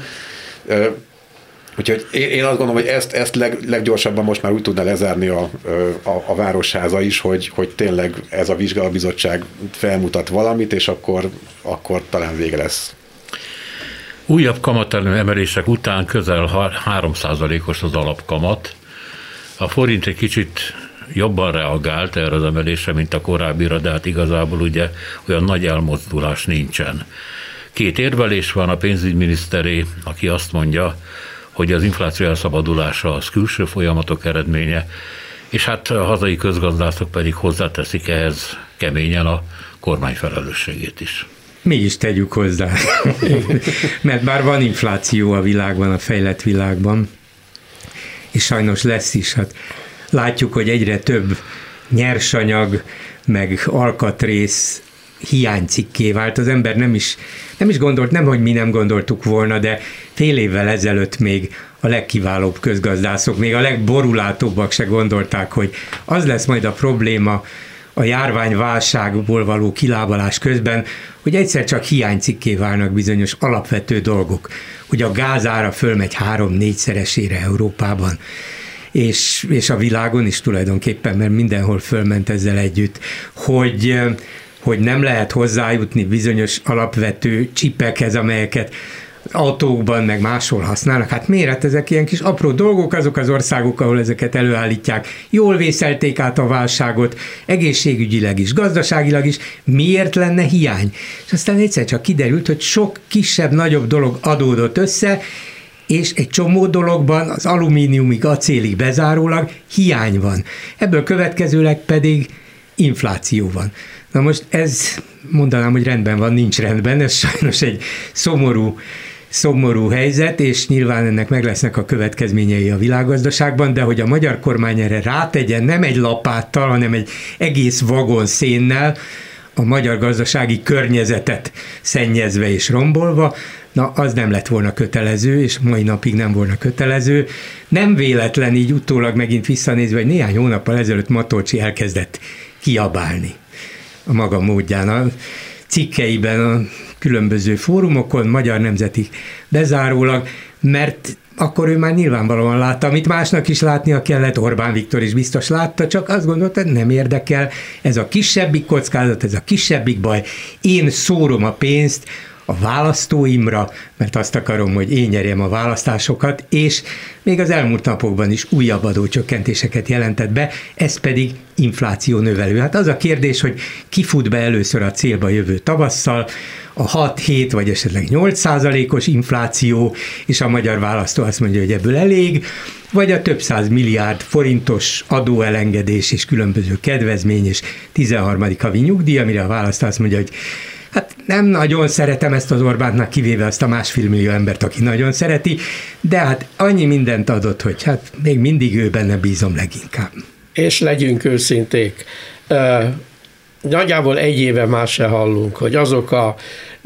Úgyhogy én azt gondolom, hogy ezt leggyorsabban most már úgy tudna lezárni a Városháza is, hogy tényleg ez a vizsgálóbizottság felmutat valamit, és akkor talán vége lesz. Újabb kamatemelések után közel 3%-os az alapkamat. A forint egy kicsit jobban reagált erre az emelésre, mint a korábbira, de hát igazából ugye olyan nagy elmozdulás nincsen. 2 érvelés van, a pénzügyminiszteré, aki azt mondja, hogy az infláció elszabadulása az külső folyamatok eredménye, és hát a hazai közgazdászok pedig hozzáteszik ehhez keményen a kormány felelősségét is. Mi is tegyük hozzá. Mert bár van infláció a világban, a fejlett világban, és sajnos lesz is. Hát látjuk, hogy egyre több nyersanyag, meg alkatrész hiánycikké vált. Az ember nem is gondolt, nem, hogy mi nem gondoltuk volna, de fél évvel ezelőtt még a legkiválóbb közgazdászok, még a legborulátóbbak se gondolták, hogy az lesz majd a probléma, a járványválságból való kilábalás közben, hogy egyszer csak hiánycikké válnak bizonyos alapvető dolgok, hogy a gázára fölmegy 3-4-szeresére Európában, és a világon is tulajdonképpen, mert mindenhol fölment ezzel együtt, hogy nem lehet hozzájutni bizonyos alapvető csipekhez, amelyeket autókban, meg máshol használnak. Hát miért? Hát ezek ilyen kis apró dolgok, azok az országok, ahol ezeket előállítják, jól vészelték át a válságot, egészségügyileg is, gazdaságilag is, miért lenne hiány? És aztán egyszer csak kiderült, hogy sok kisebb-nagyobb dolog adódott össze, és egy csomó dologban az alumíniumig, acélig bezárólag hiány van. Ebből következőleg pedig infláció van. Na most ez, mondanám, hogy rendben van, nincs rendben, ez sajnos egy szomorú helyzet, és nyilván ennek meg lesznek a következményei a világgazdaságban, de hogy a magyar kormány erre rátegyen nem egy lapáttal, hanem egy egész vagon szénnel a magyar gazdasági környezetet szennyezve és rombolva, na az nem lett volna kötelező, és mai napig nem volna kötelező. Nem véletlen így utólag megint visszanézve, hogy néhány hónappal ezelőtt Matolcsy elkezdett kiabálni a maga módján. A cikkeiben, a különböző fórumokon, Magyar Nemzeti bezárólag, mert akkor ő már nyilvánvalóan látta, amit másnak is látnia kellett, Orbán Viktor is biztos látta, csak azt gondolta, nem érdekel, ez a kisebbik kockázat, ez a kisebbik baj, én szórom a pénzt a választóimra, mert azt akarom, hogy én nyerjem a választásokat, és még az elmúlt napokban is újabb adócsökkentéseket jelentett be, ez pedig infláció növelő. Hát az a kérdés, hogy ki fut be először a célba jövő tavasszal, a 6-7 vagy esetleg 8%-os infláció, és a magyar választó azt mondja, hogy ebből elég, vagy a több 100 milliárd forintos adóelengedés és különböző kedvezmény és 13. havi nyugdíj, amire a választó azt mondja, hogy hát nem nagyon szeretem ezt az Orbántnak, kivéve azt a 1,5 millió embert, aki nagyon szereti, de hát annyi mindent adott, hogy hát még mindig ő benne bízom leginkább. És legyünk őszinték. Nagyjából egy éve már se hallunk, hogy azok a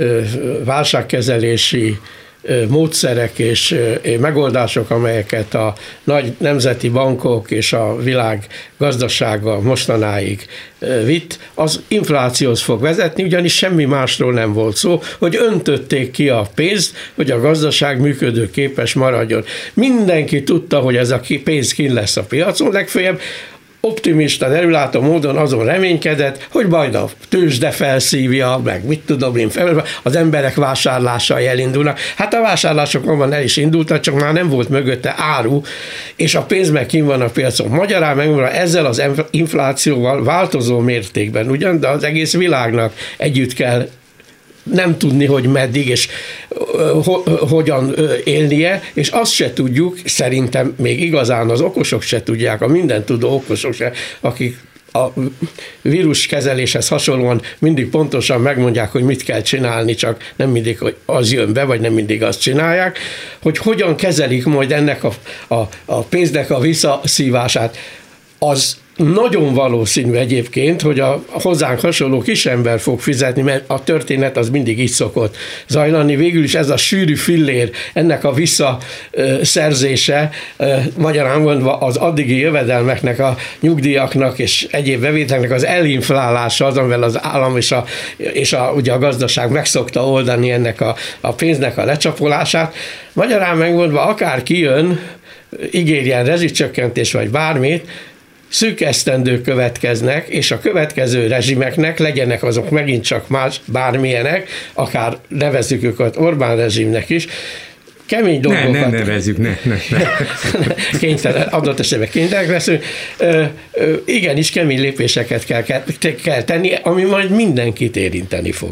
válságkezelési módszerek és megoldások, amelyeket a nagy nemzeti bankok és a világ gazdasága mostanáig vitt, az inflációhoz fog vezetni, ugyanis semmi másról nem volt szó, hogy öntötték ki a pénzt, hogy a gazdaság működőképes maradjon. Mindenki tudta, hogy ez a pénz kint lesz a piacon, legfeljebb optimista, derülátó módon azon reménykedett, hogy majd a tőzsde felszívja, meg mit tudom én, az emberek vásárlásai elindulnak. Hát a vásárlások magban el is indultak, csak már nem volt mögötte áru, és a pénz meg kint van a piacon. Magyarán megmondva, ezzel az inflációval változó mértékben ugyan, de az egész világnak együtt kell nem tudni, hogy meddig és hogyan élnie, és azt se tudjuk, szerintem még igazán az okosok se tudják, a mindentudó okosok se, akik a víruskezeléshez hasonlóan mindig pontosan megmondják, hogy mit kell csinálni, csak nem mindig hogy az jön be, vagy nem mindig azt csinálják, hogy hogyan kezelik majd ennek a pénznek a visszaszívását. Az nagyon valószínű egyébként, hogy a hozzánk hasonló kisember fog fizetni, mert a történet az mindig így szokott zajlani. Végül is ez a sűrű fillér, ennek a visszaszerzése, magyarán mondva az addigi jövedelmeknek, a nyugdíjaknak és egyéb bevételeknek az elinflálása az, amivel az állam és ugye a gazdaság meg szokta oldani ennek a pénznek a lecsapolását. Magyarán megmondva, akár kijön, ígérjen rezsicsökkentés vagy bármit, szűk esztendők következnek, és a következő rezsimeknek, legyenek azok megint csak más bármilyenek, akár nevezzük őket Orbán rezsimnek is, kemény dolgokat... Nem nevezzük, ne. Kénytelen, adott esetben kénytelenek leszünk. Igenis kemény lépéseket kell tenni, ami majd mindenkit érinteni fog.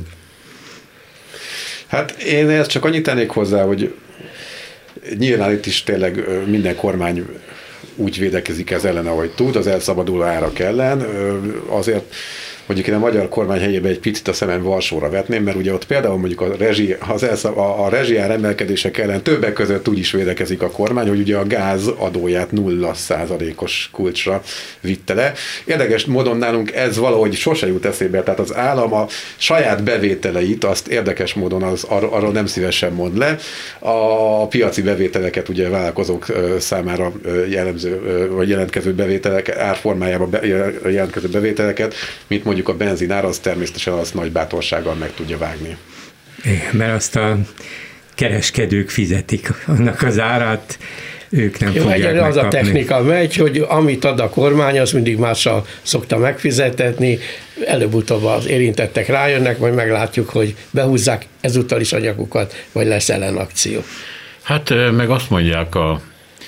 Hát én ezt csak annyit tennék hozzá, hogy nyilván itt is tényleg minden kormány úgy védekezik ez ellen, ahogy tud, az elszabaduló árak ellen. Azért mondjuk én a magyar kormány helyében egy picit a szemem Varsóra vetném, mert ugye ott például mondjuk a rezsiár emelkedések ellen többek között úgy is védekezik a kormány, hogy ugye a gáz adóját 0%-os kulcsra vitte le. Érdekes módon nálunk ez valahogy sose jut eszébe, tehát az állam a saját bevételeit azt érdekes módon arról nem szívesen mond le. A piaci bevételeket ugye vállalkozók számára jellemző vagy jelentkező bevételek árformájában jelentkező bevételeket, mint mondjuk a benzinár, az természetesen azt nagy bátorsággal meg tudja vágni. Igen, mert azt a kereskedők fizetik annak az árát, ők nem fogják megkapni. Az a technika megy, hogy amit ad a kormány, az mindig mással szokta megfizetetni, előbb-utóbb az érintettek rájönnek, majd meglátjuk, hogy behúzzák ezúttal is a nyakukat, vagy lesz ellenakció. Hát meg azt mondják a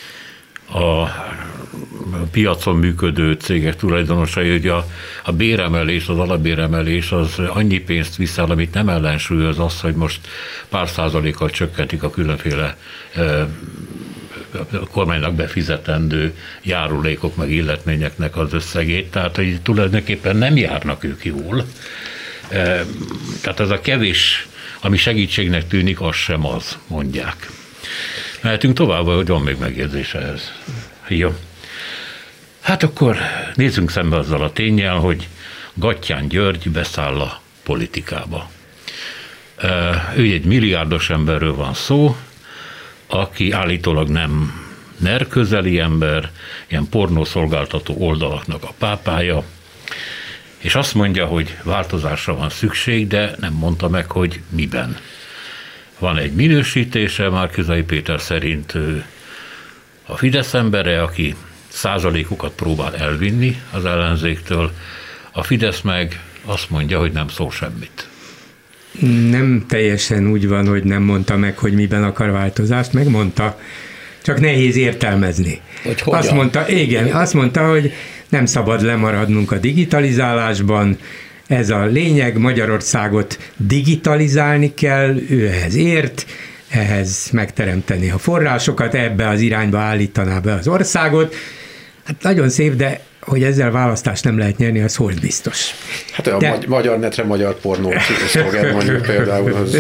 piacon működő cégek tulajdonosai, hogy a béremelés, az alapbéremelés az annyi pénzt viszel, amit nem ellensúlyoz az, hogy most pár százalékkal csökkentik a különféle kormánynak befizetendő járulékok meg illetményeknek az összegét, tehát hogy tulajdonképpen nem járnak ők jól. Tehát ez a kevés, ami segítségnek tűnik, az sem az, mondják. Mehetünk tovább, hogy van még megjegyzés ehhez. Jó. Hát akkor nézzünk szembe azzal a ténnyel, hogy Gattyán György beszáll a politikába. Ő egy milliárdos emberről van szó, aki állítólag nem NER közeli ember, ilyen pornószolgáltató oldalaknak a pápája, és azt mondja, hogy változásra van szükség, de nem mondta meg, hogy miben. Van egy minősítése, Márki-Zay Péter szerint a Fidesz embere, aki százalékokat próbál elvinni az ellenzéktől, a Fidesz meg azt mondja, hogy nem szól semmit. Nem teljesen úgy van, hogy nem mondta meg, hogy miben akar változást, megmondta, csak nehéz értelmezni. Azt mondta, hogy nem szabad lemaradnunk a digitalizálásban, ez a lényeg, Magyarországot digitalizálni kell, ő ehhez ért, ehhez megteremteni a forrásokat, ebbe az irányba állítaná be az országot. Hát nagyon szép, de hogy ezzel választást nem lehet nyerni, az hol biztos. Hát a magyar netre magyar pornó szolgál mondjuk például. Az...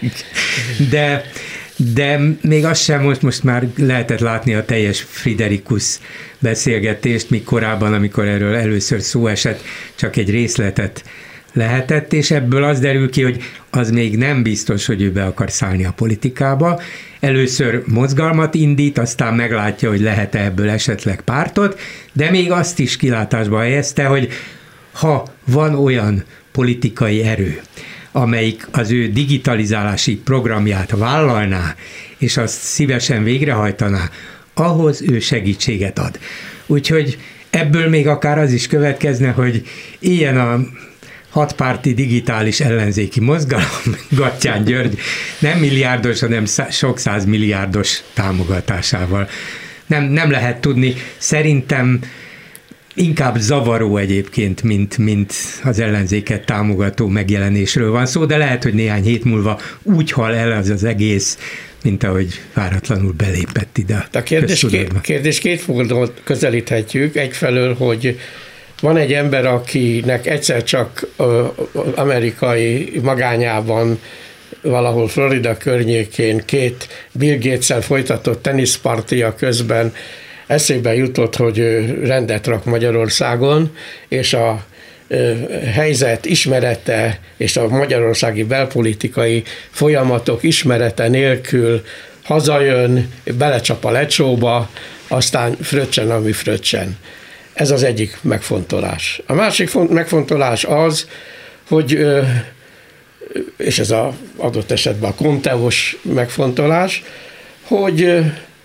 De még azt sem, most már lehetett látni a teljes Friderikus beszélgetést, míg korábban, amikor erről először szó esett, csak egy részletet lehetett, és ebből az derül ki, hogy az még nem biztos, hogy ő be akar szállni a politikába. Először mozgalmat indít, aztán meglátja, hogy lehet-e ebből esetleg pártot, de még azt is kilátásba helyezte, hogy ha van olyan politikai erő, amelyik az ő digitalizálási programját vállalná, és azt szívesen végrehajtaná, ahhoz ő segítséget ad. Úgyhogy ebből még akár az is következne, hogy ilyen a hatpárti digitális ellenzéki mozgalom, Gattyán György nem milliárdos, hanem sok százmilliárdos támogatásával. Nem lehet tudni. Szerintem inkább zavaró egyébként, mint az ellenzéket támogató megjelenésről van szó, de lehet, hogy néhány hét múlva úgy hal el az egész, mint ahogy váratlanul belépett ide. A kérdés két fordulón közelíthetjük. Egyfelől, hogy van egy ember, akinek egyszer csak amerikai magányában, valahol Florida környékén 2 Bill Gates-szel folytatott teniszpartia közben eszébe jutott, hogy ő rendet rak Magyarországon, és a helyzet ismerete és a magyarországi belpolitikai folyamatok ismerete nélkül hazajön, belecsap a lecsóba, aztán fröccsen, ami fröccsen. Ez az egyik megfontolás. A másik megfontolás az, hogy, és ez az adott esetben a konteós megfontolás, hogy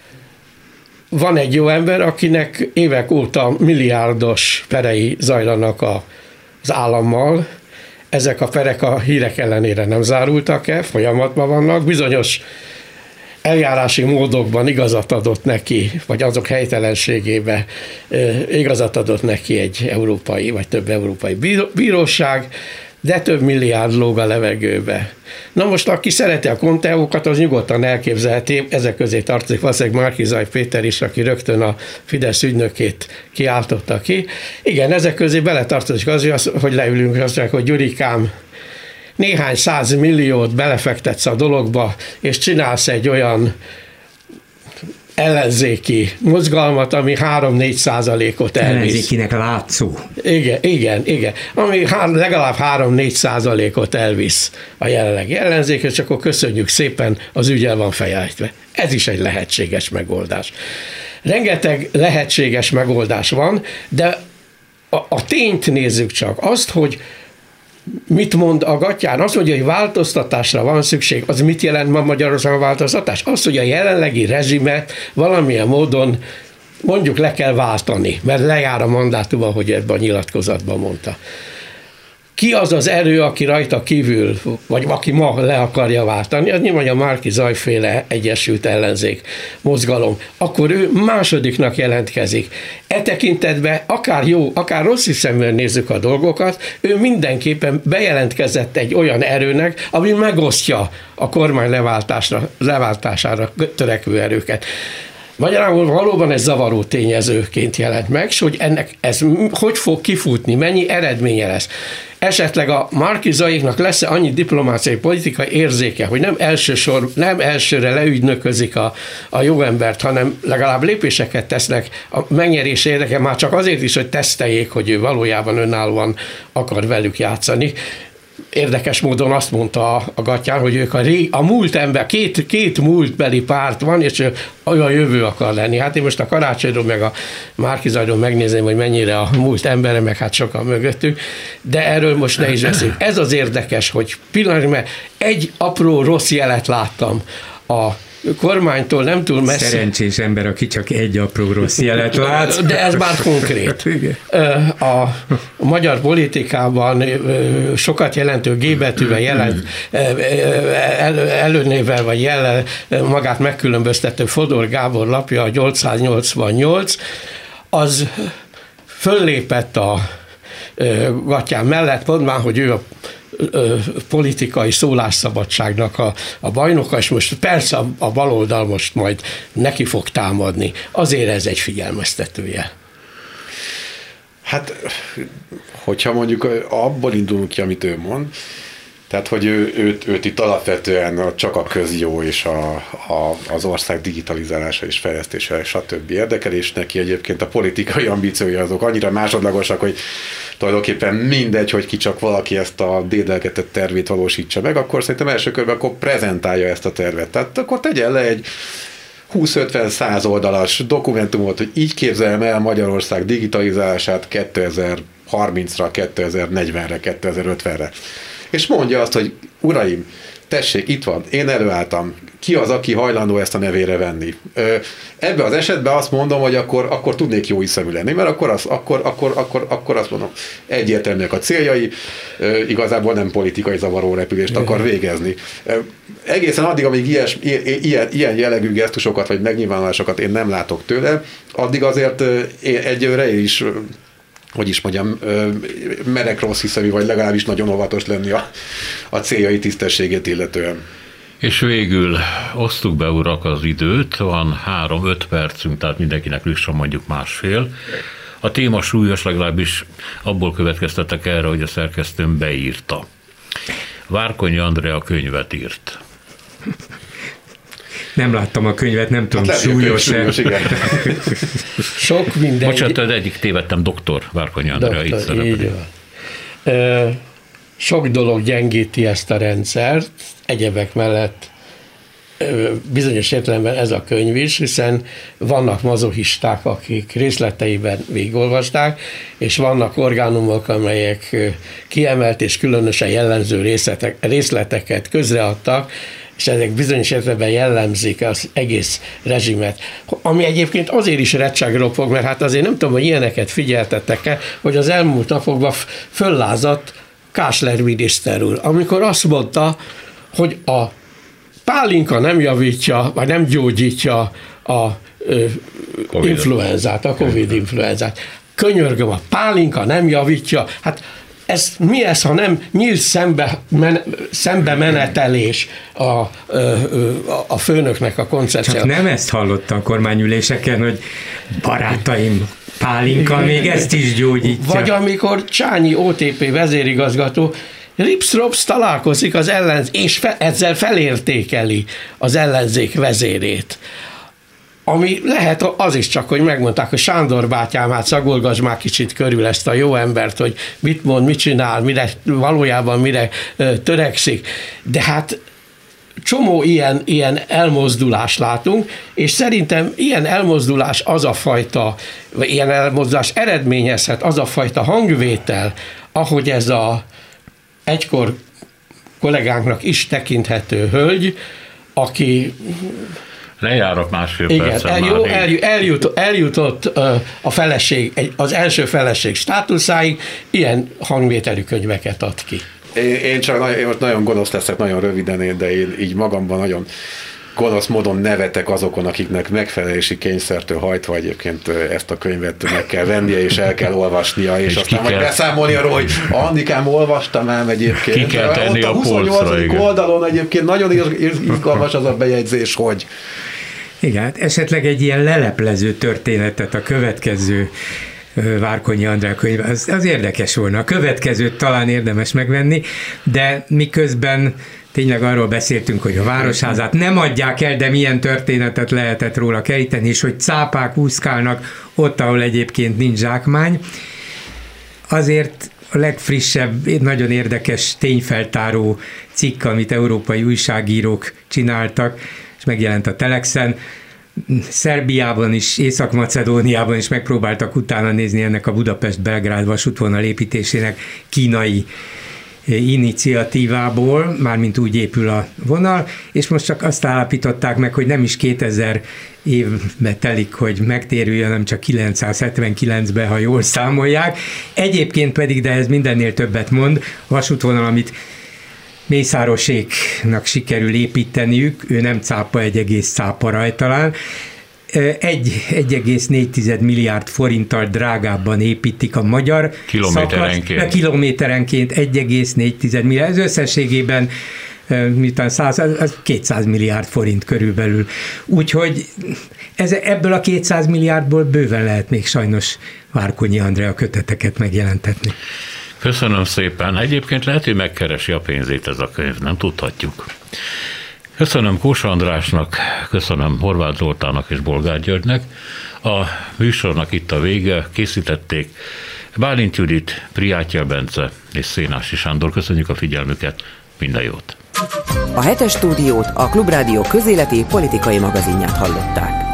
van egy jó ember, akinek évek óta milliárdos perei zajlanak az állammal. Ezek a perek a hírek ellenére nem zárultak el, folyamatban vannak, bizonyos eljárási módokban igazat adott neki, vagy azok helytelenségébe igazat adott neki egy európai, vagy több európai bíróság, de több milliárd lóg a levegőbe. Na most, aki szereti a Conteókat, az nyugodtan elképzelheti, ezek közé tartozik valószínűleg Márki-Zay Péter is, aki rögtön a Fidesz ügynökét kiáltotta ki. Igen, ezek közé beletartozik az, hogy leülünk, és azt mondják, hogy Gyurikám, néhány 100 milliót belefektetsz a dologba, és csinálsz egy olyan ellenzéki mozgalmat, ami 3-4%-ot elvisz. Ellenzékinek látszó. Igen. Ami legalább 3-4%-ot elvisz a jelenlegi ellenzék, és akkor köszönjük szépen, az ügy el van fejlesztve. Ez is egy lehetséges megoldás. Rengeteg lehetséges megoldás van, de a tényt nézzük csak. Azt, hogy mit mond a Gattyán? Azt mondja, hogy változtatásra van szükség. Az mit jelent ma Magyarországon változtatás? Azt, hogy a jelenlegi rezsimet valamilyen módon mondjuk le kell váltani, mert lejár a mandátuma, hogy ebben a nyilatkozatban mondta. Ki az az erő, aki rajta kívül, vagy aki ma le akarja váltani? Az nyilván a Márki-Zay féle Egyesült Ellenzék mozgalom. Akkor ő másodiknak jelentkezik. E tekintetben akár jó, akár rossz hiszeműen nézzük a dolgokat, ő mindenképpen bejelentkezett egy olyan erőnek, ami megosztja a kormány leváltására törekvő erőket. Magyarul valóban ez zavaró tényezőként jelent meg, és hogy ennek ez hogy fog kifutni, mennyi eredménye lesz. Esetleg a Márki-Zayéknak lesz annyi diplomáciai politikai érzéke, hogy nem elsőre leügynöközik a jó embert, hanem legalább lépéseket tesznek a megnyerés érdeke, már csak azért is, hogy teszteljék, hogy ő valójában önállóan akar velük játszani. Érdekes módon azt mondta a Gattyán, hogy ők a múlt ember, két múltbeli párt van, és ő olyan jövő akar lenni. Hát én most a Karácsonyról meg a Márki-Zayról megnézném, hogy mennyire a múlt embere, meg hát sokan mögöttük, de erről most ne is beszélünk. Ez az érdekes, hogy pillanatban, mert egy apró rossz jelet láttam a kormánytól nem túl messze. Szerencsés ember, aki csak egy apró rossz jelet lát. De ez már konkrét. A magyar politikában sokat jelentő G betűvel jelent, előnével vagy jellel magát megkülönböztető Fodor Gábor lapja, a 888, az föllépett a Gattyán mellett, mondván, hogy ő a politikai szólásszabadságnak a bajnoka, és most persze a baloldal most majd neki fog támadni. Azért ez egy figyelmeztetője. Hát, hogyha mondjuk abból indulunk ki, amit ő mond, tehát, hogy őt itt alapvetően csak a közjó és az ország digitalizálása és fejlesztése, stb. Érdekel, és neki egyébként a politikai ambíciói azok annyira másodlagosak, hogy tulajdonképpen mindegy, hogy ki csak valaki ezt a dédelgetett tervét valósítsa meg, akkor szerintem első körben akkor prezentálja ezt a tervet. Tehát akkor tegyen le egy 20-50-100 oldalas dokumentumot, hogy így képzeljem el Magyarország digitalizálását 2030-ra, 2040-re, 2050-re. És mondja azt, hogy uraim, tessék, itt van, én előálltam, ki az, aki hajlandó ezt a nevére venni. Ebben az esetben azt mondom, hogy akkor tudnék jó hiszemű lenni, mert akkor azt mondom, egyértelműek a céljai, igazából nem politikai zavaró repülést akar végezni. Egészen addig, amíg ilyen jellegű gesztusokat vagy megnyilvánulásokat én nem látok tőle, addig azért egyőre is, hogy is mondjam, merek rossz hiszemű, vagy legalábbis nagyon óvatos lenni a céljai tisztességét illetően. És végül osztuk be, urak, az időt, van 3-5 percünk, tehát mindenkinek jusson mondjuk másfél. A téma súlyos, legalábbis abból következtetek erre, hogy a szerkesztőm beírta. Várkonyi Andrea könyvet írt. Nem láttam a könyvet, nem tudom, súlyos-e. Sok minden. Bocsánat, az egyik tévedtem, doktor Várkonyi Andrea, itt szerepel. Sok dolog gyengíti ezt a rendszert, egyebek mellett bizonyos értelemben ez a könyv is, hiszen vannak mazohisták, akik részleteiben végigolvasták, és vannak orgánumok, amelyek kiemelt és különösen jellemző részleteket közreadtak, és ezek bizonyos értelemben jellemzik az egész rezsimet. Ami egyébként azért is recsegropog, mert hát azért nem tudom, hogy ilyeneket figyeltettek-e, hogy az elmúlt napokban föllázadt Kásler miniszter úr, amikor azt mondta, hogy a pálinka nem javítja, vagy nem gyógyítja a influenzát, a Covid influenzát. Könyörgöm, a pálinka nem javítja. Hát mi ez, ha nem nyílt szembe menetelés a főnöknek a koncepció. Csak nem ezt hallottam a kormányüléseken, hogy barátaim, pálinka még ezt is gyógyítja. Vagy amikor Csányi OTP vezérigazgató Rips-Rops találkozik az és ezzel felértékeli az ellenzék vezérét. Ami lehet az is csak, hogy megmondták, hogy Sándor bátyám, hát szagolgass már kicsit körül ezt a jó embert, hogy mit mond, mit csinál, valójában mire törekszik. De hát csomó ilyen elmozdulást látunk, és szerintem ilyen elmozdulás ilyen elmozdulás eredményezhet az a fajta hangvétel, ahogy ez a egykor kollégánknak is tekinthető hölgy, aki lejárok másfél percen eljutott a feleség, az első feleség státuszáig, ilyen hangvételű könyveket ad ki. Én most nagyon gonosz leszek, nagyon röviden, de én így magamban nagyon gonosz módon nevetek azokon, akiknek megfelelési kényszertől hajtva egyébként ezt a könyvet meg kell vennie, és el kell olvasnia, és aztán majd beszámolni arról, hogy Annikám, olvastam ám egyébként. Ki kell tenni a 28. oldalon egyébként nagyon izgalmas az a bejegyzés, hogy igen, esetleg egy ilyen leleplező történetet a következő Várkonyi András könyv, az érdekes volna. A következőt talán érdemes megvenni, de miközben tényleg arról beszéltünk, hogy a Városházát nem adják el, de milyen történetet lehetett róla keríteni, és hogy cápák úszkálnak ott, ahol egyébként nincs zsákmány. Azért a legfrissebb, nagyon érdekes tényfeltáró cikk, amit európai újságírók csináltak, és megjelent a Telexen, Szerbiában is, Észak-Macedóniában is megpróbáltak utána nézni ennek a Budapest-Belgrád vasútvonal építésének kínai iniciatívából, mármint úgy épül a vonal, és most csak azt állapították meg, hogy nem is 2000 évbe telik, hogy megtérüljön, nem csak 979-ben, ha jól számolják. Egyébként pedig, de ez mindennél többet mond, vasútvonal, amit Mészároséknak sikerül építeniük, ő nem cápa, egy egész cápa rajtalán. 1,4 milliárd forinttal drágábban építik a magyar kilométerenként. Kilométerenként 1,4 milliárd. Ez összességében miután 200 milliárd forint körülbelül. Úgyhogy ebből a 200 milliárdból bőven lehet még sajnos Várkonyi Andrea köteteket megjelentetni. Köszönöm szépen. Egyébként lehet, hogy megkeresi a pénzét ez a könyv, nem tudhatjuk. Köszönöm Kósa Andrásnak, köszönöm Horváth Zoltánnak és Bolgár Györgynek. A műsornak itt a vége, készítették Bálint Judit, Priátyel Bence és Szénási Sándor. Köszönjük a figyelmüket, minden jót! A 7-es stúdiót, a Klubrádió közéleti politikai magazinját hallották.